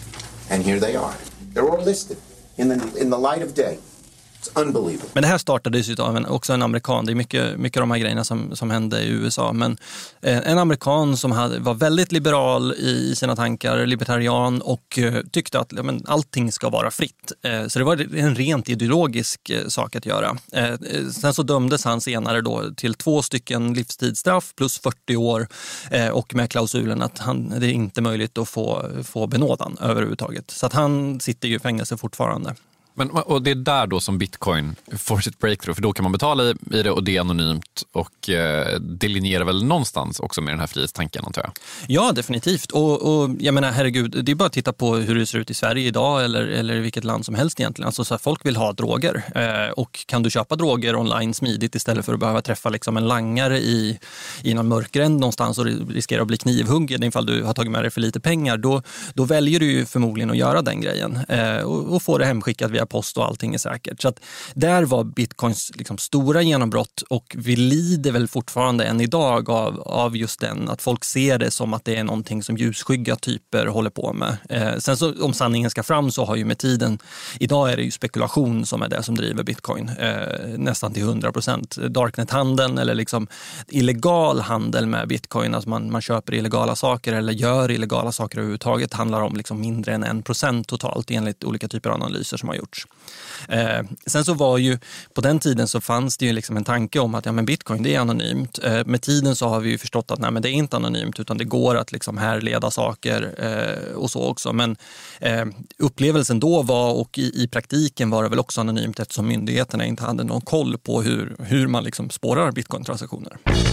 and here they are. They're all listed in the, in the light of day. It's unbelievable. Men det här startades ju av en, också en amerikan. Det är mycket, mycket av de här grejerna som, som hände i U S A. Men eh, en amerikan som hade, var väldigt liberal i sina tankar, libertarian och eh, tyckte att ja, men, allting ska vara fritt. Eh, så det var en rent ideologisk eh, sak att göra. Eh, sen så dömdes han senare då till två stycken livstidsstraff plus fyrtio år eh, och med klausulen att han, det är inte möjligt att få, få benådan överhuvudtaget. Så att han sitter ju i fängelse fortfarande. Men, och det är där då som Bitcoin får sitt breakthrough, för då kan man betala i, i det och det är anonymt och eh, det linjerar väl någonstans också med den här frihetstanken antar jag? Ja, definitivt. Och, och jag menar, herregud, det är bara att titta på hur det ser ut i Sverige idag eller, eller i vilket land som helst egentligen. Alltså så här, folk vill ha droger eh, och kan du köpa droger online smidigt istället för att behöva träffa liksom en langare i, i någon mörkgränd någonstans och riskera att bli knivhuggen ifall du har tagit med dig för lite pengar, då, då väljer du ju förmodligen att göra den grejen eh, och, och få det hemskickat via post och allting är säkert. Så att där var Bitcoins liksom stora genombrott och vi lider väl fortfarande än idag av, av just den, att folk ser det som att det är någonting som ljusskygga typer håller på med. Eh, sen så om sanningen ska fram så har ju med tiden, idag är det ju spekulation som är det som driver Bitcoin eh, nästan till hundra procent. Darknet-handeln eller liksom illegal handel med Bitcoin, alltså man, man köper illegala saker eller gör illegala saker överhuvudtaget handlar om liksom mindre än en procent totalt enligt olika typer av analyser som har gjorts. sorts. Eh, sen så var ju, på den tiden så fanns det ju liksom en tanke om att ja, men bitcoin det är anonymt. Eh, med tiden så har vi ju förstått att nej, men det är inte anonymt utan det går att liksom härleda saker eh, och så också. Men eh, upplevelsen då var, och i, i praktiken var det väl också anonymt eftersom myndigheterna inte hade någon koll på hur, hur man liksom spårar bitcoin-transaktioner.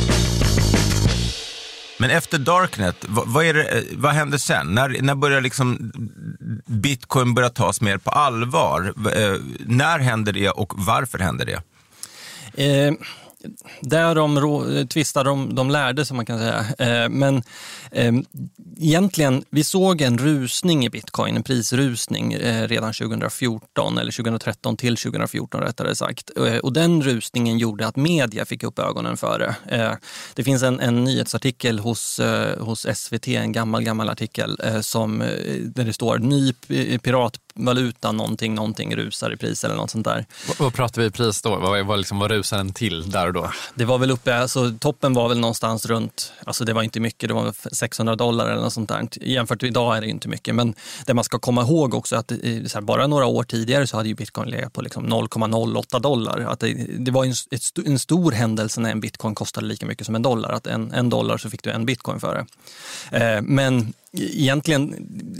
Men efter Darknet, vad, vad, är det, vad hände sen? När, när börjar liksom bitcoin börja tas mer på allvar? Eh, när händer det och varför händer det? Eh, där de rå, tvistar de, de lärde som man kan säga. Eh, men eh, egentligen, vi såg en rusning i bitcoin, en prisrusning eh, redan tjugohundrafjorton eller tjugohundratretton till tjugohundrafjorton rättare sagt. Eh, och den rusningen gjorde att media fick upp ögonen för det. Eh, det finns en, en nyhetsartikel hos, eh, hos S V T, en gammal gammal artikel eh, som, eh, där det står ny pirat valuta, någonting, någonting rusar i pris eller något sånt där. Vad, vad pratar vi i pris då? Vad, vad, liksom, vad rusar den till där och då? Det var väl uppe, alltså toppen var väl någonstans runt, alltså det var inte mycket, det var sexhundra dollar eller något sånt där. Jämfört med idag är det inte mycket, men det man ska komma ihåg också att så här, bara några år tidigare så hade ju bitcoin legat på liksom noll komma noll åtta dollar. Att det, det var en, ett, en stor händelse när en bitcoin kostade lika mycket som en dollar. Att en, en dollar så fick du en bitcoin för det. Eh, men egentligen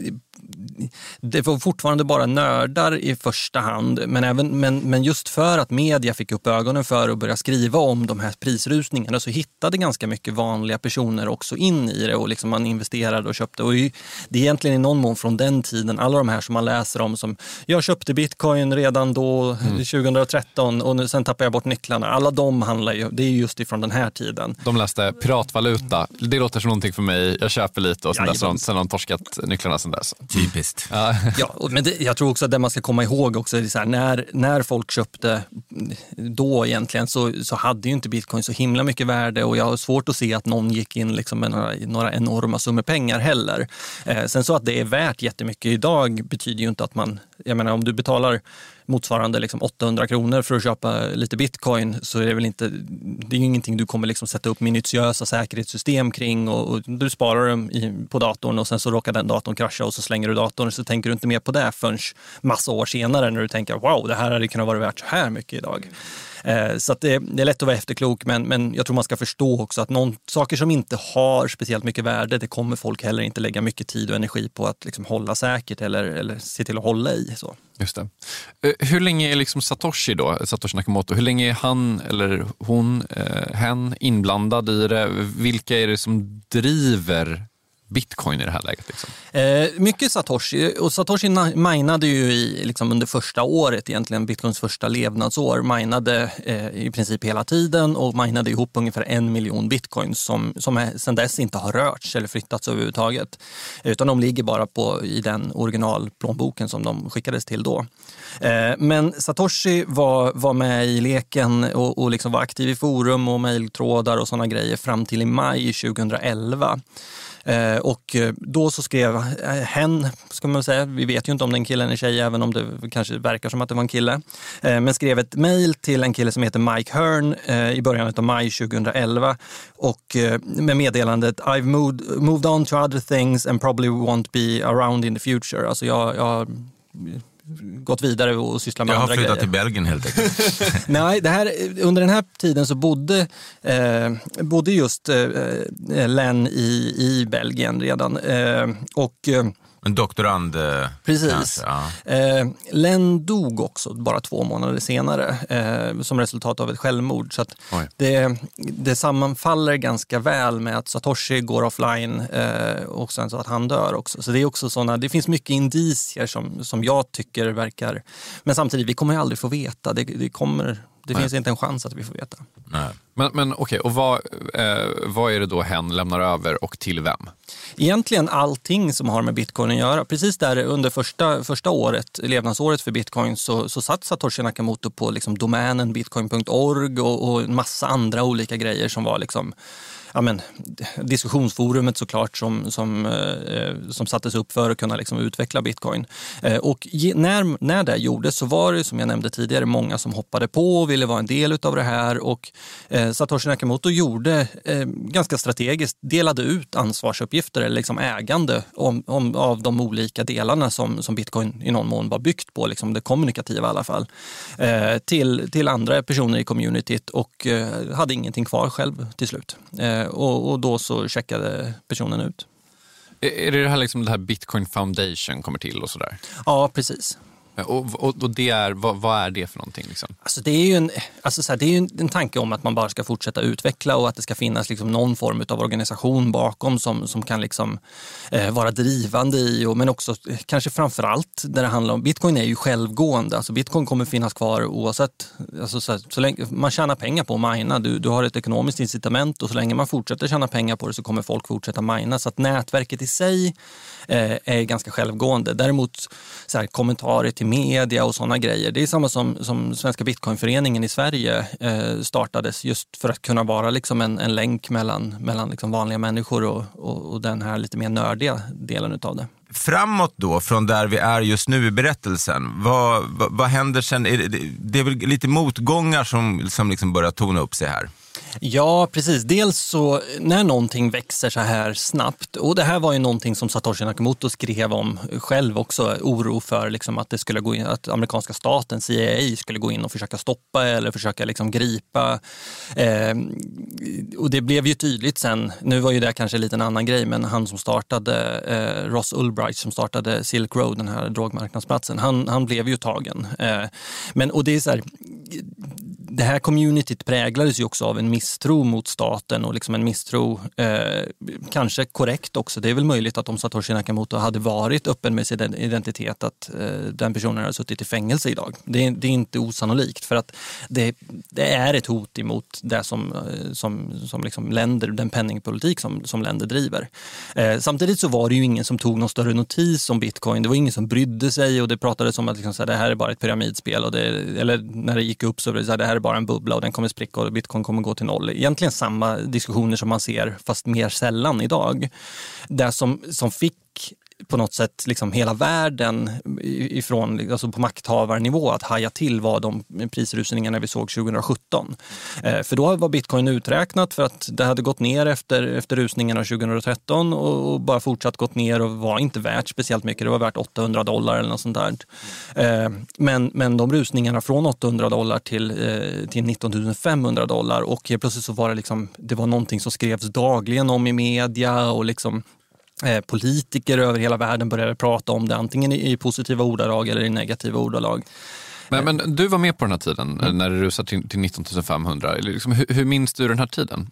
det var fortfarande bara nördar i första hand, men, även, men, men just för att media fick upp ögonen för att börja skriva om de här prisrusningarna så hittade ganska mycket vanliga personer också in i det och liksom man investerade och köpte. Och det är egentligen i någon mån från den tiden, alla de här som man läser om som jag köpte bitcoin redan då mm. tjugohundratretton och nu, sen tappade jag bort nycklarna. Alla de handlar ju, det är just ifrån den här tiden. De läste piratvaluta, det låter som någonting för mig, jag köper lite och sen, ja, där, sen, sen har de torskat nycklarna sen dess. Typiskt. Ja, ja men det, jag tror också att det man ska komma ihåg också är så här, när, när folk köpte då egentligen så, så hade ju inte bitcoin så himla mycket värde och jag har svårt att se att någon gick in liksom med några, några enorma summor pengar heller. Eh, sen så att det är värt jättemycket idag betyder ju inte att man, jag menar om du betalar motsvarande liksom åttahundra kronor för att köpa lite bitcoin så är det väl inte, det är ju ingenting du kommer liksom sätta upp minutiösa säkerhetssystem kring och, och du sparar dem i, på datorn och sen så råkar den datorn krascha och så slänger du datorn så tänker du inte mer på det förrän massa år senare när du tänker wow, det här hade kunnat vara värt så här mycket idag. Eh, så att det, det är lätt att vara efterklok men, men jag tror man ska förstå också att någon, saker som inte har speciellt mycket värde det kommer folk heller inte lägga mycket tid och energi på att liksom hålla säkert eller, eller se till att hålla i. Så. Just det. Hur länge är liksom Satoshi då, Satoshi Nakamoto, hur länge är han eller hon, eh, hen inblandad i det? Vilka är det som driver bitcoin i det här läget? Liksom? Eh, mycket Satoshi. Och Satoshi minade ju i, liksom under första året, egentligen bitcoins första levnadsår, minade eh, i princip hela tiden och minade ihop ungefär en miljon bitcoins som, som sedan dess inte har rörts eller flyttats överhuvudtaget. Utan de ligger bara på, i den originalplånboken som de skickades till då. Eh, men Satoshi var, var med i leken och, och liksom var aktiv i forum och mejltrådar och sådana grejer fram till i maj tjugohundraelva. Eh, och då så skrev hen, ska man säga, vi vet ju inte om den killen är tjej även om det kanske verkar som att det var en kille, eh, men skrev ett mejl till en kille som heter Mike Hearn eh, i början av maj tjugohundraelva och eh, med meddelandet I've moved, moved on to other things and probably won't be around in the future. Alltså jag, jag gått vidare och syssla med andra grejer. Jag har flyttat till Belgien helt enkelt. Nej, det här, under den här tiden så bodde, eh, bodde just eh, Len i, i Belgien redan. Eh, och... Eh, En doktorand. Precis. Kanske, ja. Eh, Len dog också bara två månader senare eh, som resultat av ett självmord. Så att det, det sammanfaller ganska väl med att Satoshi går offline eh, och sen så att han dör också. Så det är också såna, det finns mycket indicier som, som jag tycker verkar, men samtidigt vi kommer ju aldrig få veta. Det, det kommer... Det Nej. finns inte en chans att vi får veta. Nej. Men, men okej, okay, och vad, eh, vad är det då hen lämnar över och till vem? Egentligen allting som har med bitcoin att göra. Precis där under första, första året, levnadsåret för bitcoin, så, så satt Satoshi Nakamoto på liksom domänen bitcoin punkt org och, och en massa andra olika grejer som var liksom... ja, men, diskussionsforumet såklart som, som, eh, som sattes upp för att kunna liksom, utveckla Bitcoin. Eh, och ge, när, när det gjordes så var det, som jag nämnde tidigare, många som hoppade på och ville vara en del av det här. Och eh, Satoshi Nakamoto gjorde eh, ganska strategiskt, delade ut ansvarsuppgifter eller liksom ägande om, om, av de olika delarna som, som Bitcoin i någon mån var byggt på, liksom det kommunikativa i alla fall, eh, till, till andra personer i communityt och eh, hade ingenting kvar själv till slut. Eh, och, och då så checkade personen ut. Är det det här, liksom, det här Bitcoin Foundation kommer till och sådär? Ja, precis. Och, och, och det är, vad, vad är det för någonting? Liksom? Alltså det är ju, en, alltså så här, det är ju en, en tanke om att man bara ska fortsätta utveckla och att det ska finnas liksom någon form av organisation bakom som, som kan liksom, eh, vara drivande i. Och, men också kanske framförallt där det handlar om, Bitcoin är ju självgående. Alltså Bitcoin kommer finnas kvar oavsett, alltså så, här, så länge man tjänar pengar på att mina. Du, du har ett ekonomiskt incitament och så länge man fortsätter tjäna pengar på det så kommer folk fortsätta mina. Så att nätverket i sig eh, är ganska självgående. Däremot så här, kommentarer till media och sådana grejer. Det är samma som, som Svenska Bitcoinföreningen i Sverige eh, startades just för att kunna vara liksom en, en länk mellan, mellan liksom vanliga människor och, och, och den här lite mer nördiga delen utav det. Framåt då, från där vi är just nu i berättelsen, vad, vad, vad händer sen? Är det, det är väl lite motgångar som, som liksom börjar tona upp sig här? Ja, precis. Dels så när någonting växer så här snabbt, och det här var ju någonting som Satoshi Nakamoto skrev om själv också, oro för liksom att det skulle gå in, att amerikanska staten, C I A, skulle gå in och försöka stoppa eller försöka liksom gripa. Eh, och det blev ju tydligt sen, nu var ju det kanske lite en annan grej, men han som startade, eh, Ross Ulbricht som startade Silk Road, den här drogmarknadsplatsen, han, han blev ju tagen. Eh, men, och det är så här, det här communityt präglades ju också av en misstro mot staten och liksom en misstro, eh, kanske korrekt också. Det är väl möjligt att om Satoshi Nakamoto hade varit öppen med sin identitet att eh, den personen hade suttit i fängelse idag. Det är, det är inte osannolikt, för att det, det är ett hot emot det som, som, som liksom länder, den penningpolitik som, som länder driver. Eh, samtidigt så var det ju ingen som tog någon större notis om Bitcoin. Det var ingen som brydde sig och det pratades om att liksom, så här, det här är bara ett pyramidspel. Och det, eller när det gick upp så var det så här, det här är bara en bubbla och den kommer spricka och Bitcoin kommer gå till noll. Egentligen samma diskussioner som man ser, fast mer sällan idag. Det som, som fick på något sätt liksom hela världen ifrån, alltså på makthavarnivå att haja till var de prisrusningarna vi såg tjugohundrasjutton. Eh, för då var Bitcoin uträknat för att det hade gått ner efter, efter rusningarna tjugohundratretton och, och bara fortsatt gått ner och var inte värt speciellt mycket. Det var värt åttahundra dollar eller något sånt där. Eh, men, men de rusningarna från åttahundra dollar till, eh, till nitton femhundra dollar, och helt plötsligt så var det liksom, det var någonting som skrevs dagligen om i media och liksom Eh, politiker över hela världen började prata om det, antingen i, i positiva ordalag eller i negativa ordalag. Men, men du var med på den här tiden mm. när det rusade till, till nitton femhundra. Liksom, hur, hur minns du den här tiden?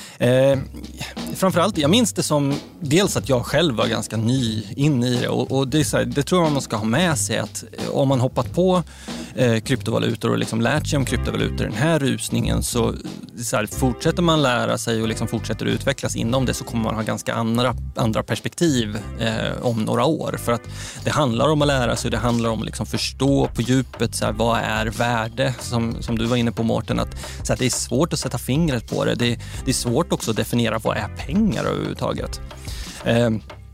Eh, framförallt, jag minns det som dels att jag själv var ganska ny in i det, och, och det, är så här, det tror jag man ska ha med sig, att om man hoppat på eh, kryptovalutor och liksom lärt sig om kryptovalutor den här rusningen, så, så här, fortsätter man lära sig och liksom fortsätter utvecklas inom det, så kommer man ha ganska andra, andra perspektiv eh, om några år, för att det handlar om att lära sig, det handlar om att liksom förstå på djupet så här, vad är värde, som, som du var inne på Mårten, att så här, det är svårt att sätta fingret på det, det, det är svårt också att definiera vad är pengar överhuvudtaget. Eh,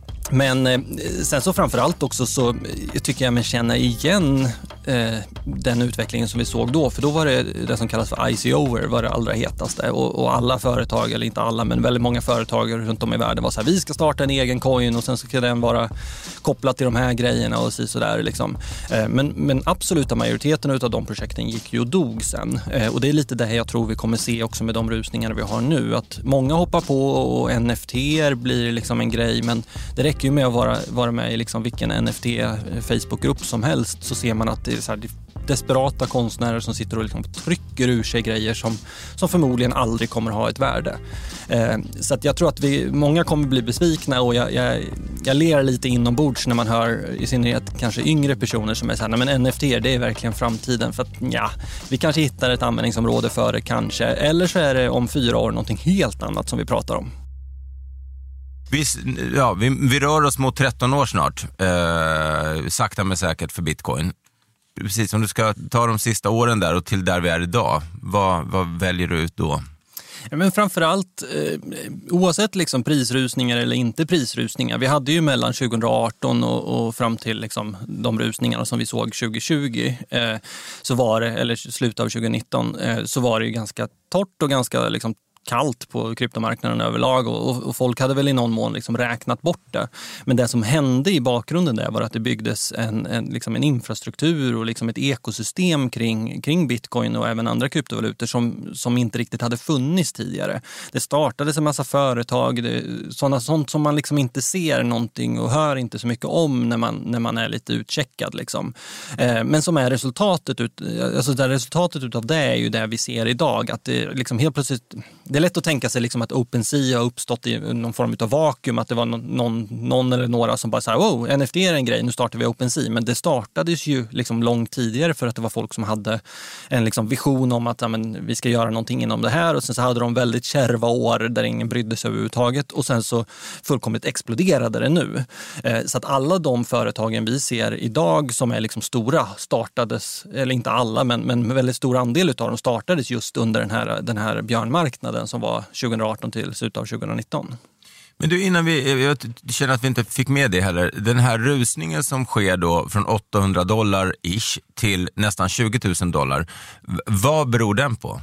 men eh, sen så framförallt också så tycker jag mig känna igen eh, den utvecklingen som vi såg då, för då var det det som kallas för I C over var det allra hetaste, och, och alla företag, eller inte alla men väldigt många företag runt om i världen var så här, vi ska starta en egen coin och sen ska den vara kopplad till de här grejerna och så där liksom. Eh, men, men absoluta majoriteten av de projekten gick ju och dog sen, eh, och det är lite det här jag tror vi kommer se också med de rusningar vi har nu, att många hoppar på och N F T blir liksom en grej, men det räcker ju med att vara, vara med i liksom vilken N F T-Facebookgrupp som helst, så ser man att det är så här desperata konstnärer som sitter och liksom trycker ur sig grejer som, som förmodligen aldrig kommer ha ett värde. Eh, så att jag tror att vi, många kommer bli besvikna, och jag, jag, jag ler lite inombords när man hör i synnerhet kanske yngre personer som är så här, nej men N F T det är verkligen framtiden, för att ja, vi kanske hittar ett användningsområde för det kanske, eller så är det om fyra år någonting helt annat som vi pratar om. Vi, ja, vi, vi rör oss mot tretton år snart, eh, sakta men säkert för Bitcoin. Precis, om du ska ta de sista åren där och till där vi är idag, vad, vad väljer du ut då? Ja, men framförallt eh, oavsett liksom prisrusningar eller inte prisrusningar. Vi hade ju mellan tjugo arton och, och fram till liksom de rusningarna som vi såg tjugo tjugo eh, så var det, eller slutet av tjugo nitton eh, så var det ju ganska torrt och ganska liksom kallt på kryptomarknaden överlag och, och folk hade väl i någon mån liksom räknat bort det. Men det som hände i bakgrunden där var att det byggdes en, en, liksom en infrastruktur och liksom ett ekosystem kring, kring bitcoin och även andra kryptovalutor som, som inte riktigt hade funnits tidigare. Det startades en massa företag, det, sådana, sånt som man liksom inte ser någonting och hör inte så mycket om när man, när man är lite utcheckad. Liksom. Eh, men som är resultatet, ut, alltså det resultatet utav det är ju det vi ser idag. Att det liksom helt plötsligt det är lätt att tänka sig liksom att OpenSea har uppstått i någon form av vakuum, att det var någon, någon eller några som bara sa wow, N F T är en grej, nu startar vi OpenSea. Men det startades ju liksom långt tidigare för att det var folk som hade en liksom vision om att ja, men, vi ska göra någonting inom det här, och sen så hade de väldigt kärva år där ingen brydde sig överhuvudtaget och sen så fullkomligt exploderade det nu. Eh, så att alla de företagen vi ser idag som är liksom stora startades, eller inte alla men, men en väldigt stor andel av dem startades just under den här, den här björnmarknaden som var tjugo arton till slutet av tjugo nitton. Men du, innan vi, jag känner att vi inte fick med det heller. Den här rusningen som sker då från åttahundra dollar ish till nästan tjugo tusen dollar. Vad beror den på?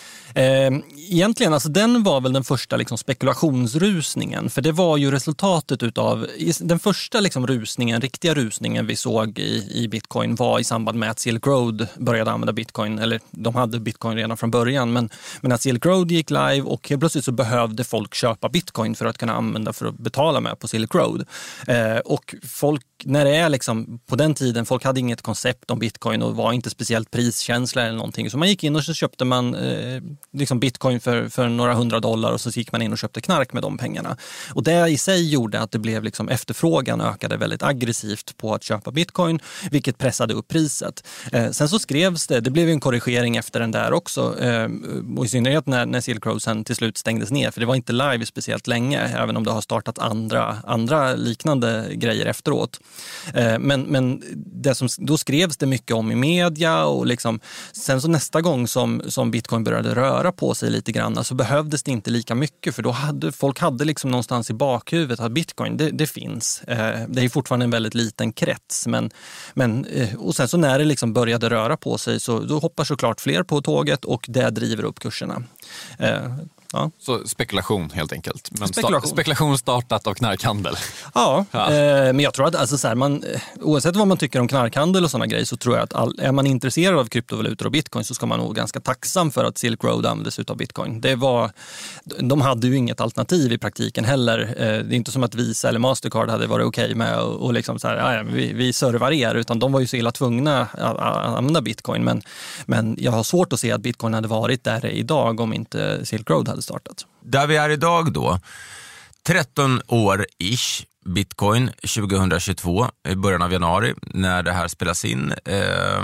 Egentligen, alltså den var väl den första liksom spekulationsrusningen, för det var ju resultatet utav den första liksom rusningen, riktiga rusningen vi såg i, i bitcoin var i samband med att Silk Road började använda bitcoin, eller de hade bitcoin redan från början, men, men att Silk Road gick live och helt plötsligt så behövde folk köpa bitcoin för att kunna använda för att betala med på Silk Road. Eh, och folk, när det är liksom på den tiden, folk hade inget koncept om bitcoin och var inte speciellt priskänsla eller någonting, så man gick in och så köpte man eh, liksom bitcoin för, för några hundra dollar och så gick man in och köpte knark med de pengarna. Och det i sig gjorde att det blev liksom efterfrågan ökade väldigt aggressivt på att köpa bitcoin, vilket pressade upp priset. Eh, sen så skrevs det, det blev ju en korrigering efter den där också, eh, och i synnerhet när, när Silk Road sen till slut stängdes ner, för det var inte live speciellt länge, även om det har startat andra, andra liknande grejer efteråt. Eh, men, men det som, då skrevs det mycket om i media och liksom, sen så nästa gång som, som bitcoin började röra på sig lite grann så behövdes det inte lika mycket, för då hade folk hade liksom någonstans i bakhuvudet att bitcoin, det, det finns. Eh, det är fortfarande en väldigt liten krets, men, men eh, och sen så när det liksom började röra på sig så då hoppar såklart fler på tåget och det driver upp kurserna. Eh, Ja. Så spekulation helt enkelt. Men spekulation. Sta- spekulation startat av knarkhandel. Ja, ja. Eh, men jag tror att alltså, så här, man, oavsett vad man tycker om knarkhandel och sådana grejer, så tror jag att all, är man intresserad av kryptovalutor och bitcoin så ska man nog ganska tacksam för att Silk Road användes utav bitcoin. Det var, de hade ju inget alternativ i praktiken heller. Eh, det är inte som att Visa eller Mastercard hade varit okej okay med och, och liksom så här, ja, vi, vi servar er, utan de var ju så illa tvungna att, att använda bitcoin. Men, men jag har svårt att se att bitcoin hade varit där idag om inte Silk Road hade startat. Där vi är idag då, tretton år ish, bitcoin tjugohundratjugotvå, i början av januari när det här spelas in. Eh,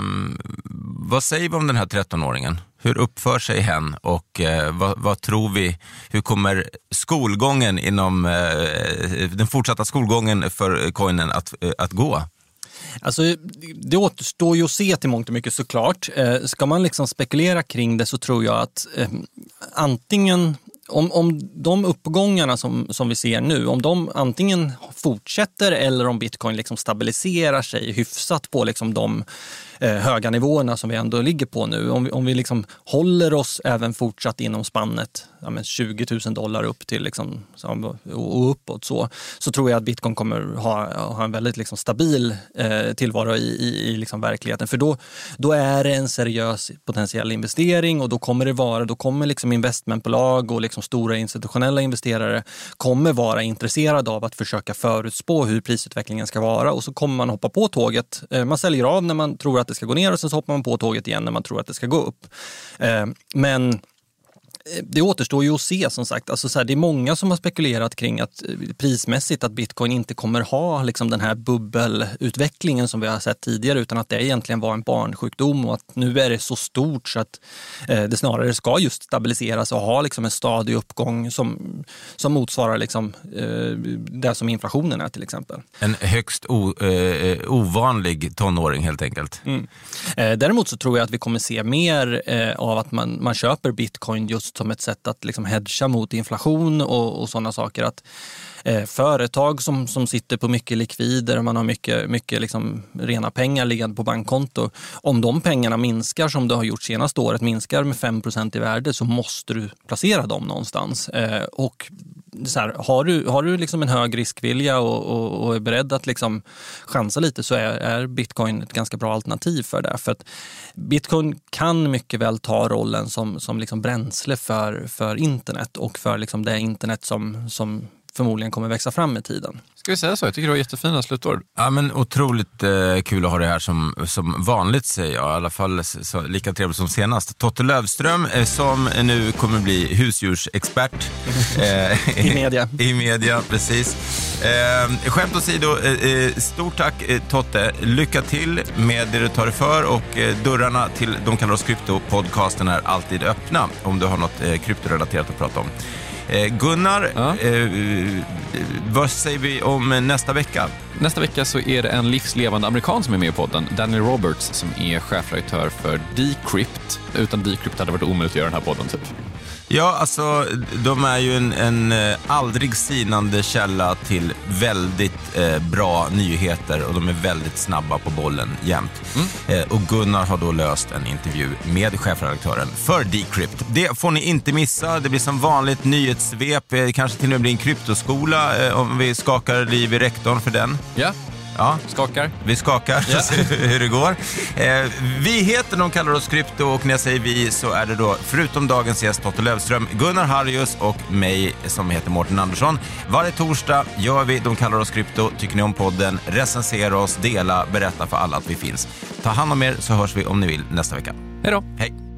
vad säger vi om den här trettonåringen? Hur uppför sig hen och eh, vad, vad tror vi, hur kommer skolgången inom eh, den fortsatta skolgången för coinen att, eh, att gå? Alltså, det återstår ju att se till mångt och mycket såklart. Eh, ska man liksom spekulera kring det så tror jag att eh, antingen Om, om de uppgångarna som, som vi ser nu, om de antingen fortsätter eller om bitcoin liksom stabiliserar sig hyfsat på liksom de eh, höga nivåerna som vi ändå ligger på nu. Om vi, om vi liksom håller oss även fortsatt inom spannet ja, men tjugo tusen dollar upp till liksom, och uppåt så, så tror jag att bitcoin kommer ha, ha en väldigt liksom stabil eh, tillvaro i, i, i liksom verkligheten. För då, då är det en seriös potentiell investering och då kommer det vara, då kommer liksom investmentbolag och liksom stora institutionella investerare kommer vara intresserade av att försöka förutspå hur prisutvecklingen ska vara, och så kommer man hoppa på tåget. Man säljer av när man tror att det ska gå ner och sen så hoppar man på tåget igen när man tror att det ska gå upp. Men det återstår ju att se, som sagt. Alltså så här, det är många som har spekulerat kring att prismässigt att bitcoin inte kommer ha liksom den här bubbelutvecklingen som vi har sett tidigare, utan att det egentligen var en barnsjukdom och att nu är det så stort så att eh, det snarare ska just stabiliseras och ha liksom en stadig uppgång som, som motsvarar liksom, eh, det som inflationen är till exempel. En högst o, eh, ovanlig tonåring helt enkelt. Mm. Eh, däremot så tror jag att vi kommer se mer eh, av att man, man köper bitcoin just just som ett sätt att liksom hedga mot inflation och, och sådana saker. Att eh, företag som, som sitter på mycket likvider, man har mycket, mycket liksom rena pengar liggande på bankkonto. Om de pengarna minskar som det har gjort senaste året, minskar med fem procent i värde, så måste du placera dem någonstans. Eh, och så här, har du, har du liksom en hög riskvilja och, och, och är beredd att liksom chansa lite, så är, är Bitcoin ett ganska bra alternativ för det. För att Bitcoin kan mycket väl ta rollen som, som liksom bränsle för, för internet och för liksom det internet som, som förmodligen kommer växa fram med tiden. Ska vi säga så? Jag tycker det var jättefina slutord. Ja, men otroligt eh, kul att ha det här som, som vanligt, säger jag. I alla fall så, lika trevligt som senast. Totte Lövström eh, som nu kommer bli husdjursexpert. Eh, I media. I media, precis. Eh, skämt åsido, eh, stort tack eh, Totte. Lycka till med det du tar dig för, och eh, dörrarna till De kallar oss krypto-podcasten är alltid öppna om du har något eh, kryptorelaterat att prata om. Gunnar, ja. eh, vad säger vi om nästa vecka? Nästa vecka så är det en livslevande amerikan som är med i podden, Daniel Roberts, som är chefredaktör för Decrypt. Utan Decrypt hade det varit omöjligt att göra den här podden typ. Ja, alltså de är ju en, en aldrig sinande källa till väldigt eh, bra nyheter, och de är väldigt snabba på bollen jämt. Mm. Eh, och Gunnar har då löst en intervju med chefredaktören för Decrypt. Det får ni inte missa. Det blir som vanligt nyhetssvep, eh, kanske till och med blir en kryptoskola eh, om vi skakar liv i rektorn för den. Ja. Ja, skakar. Vi skakar, ja. Så hur det går. Eh, vi heter De kallar oss krypto, och när jag säger vi så är det då förutom dagens gäst Totte Lövström, Gunnar Harrius och mig som heter Mårten Andersson. Varje torsdag gör vi De kallar oss krypto. Tycker ni om podden, recensera oss, dela, berätta för alla att vi finns. Ta hand om er, så hörs vi om ni vill nästa vecka. Hej då. Hej.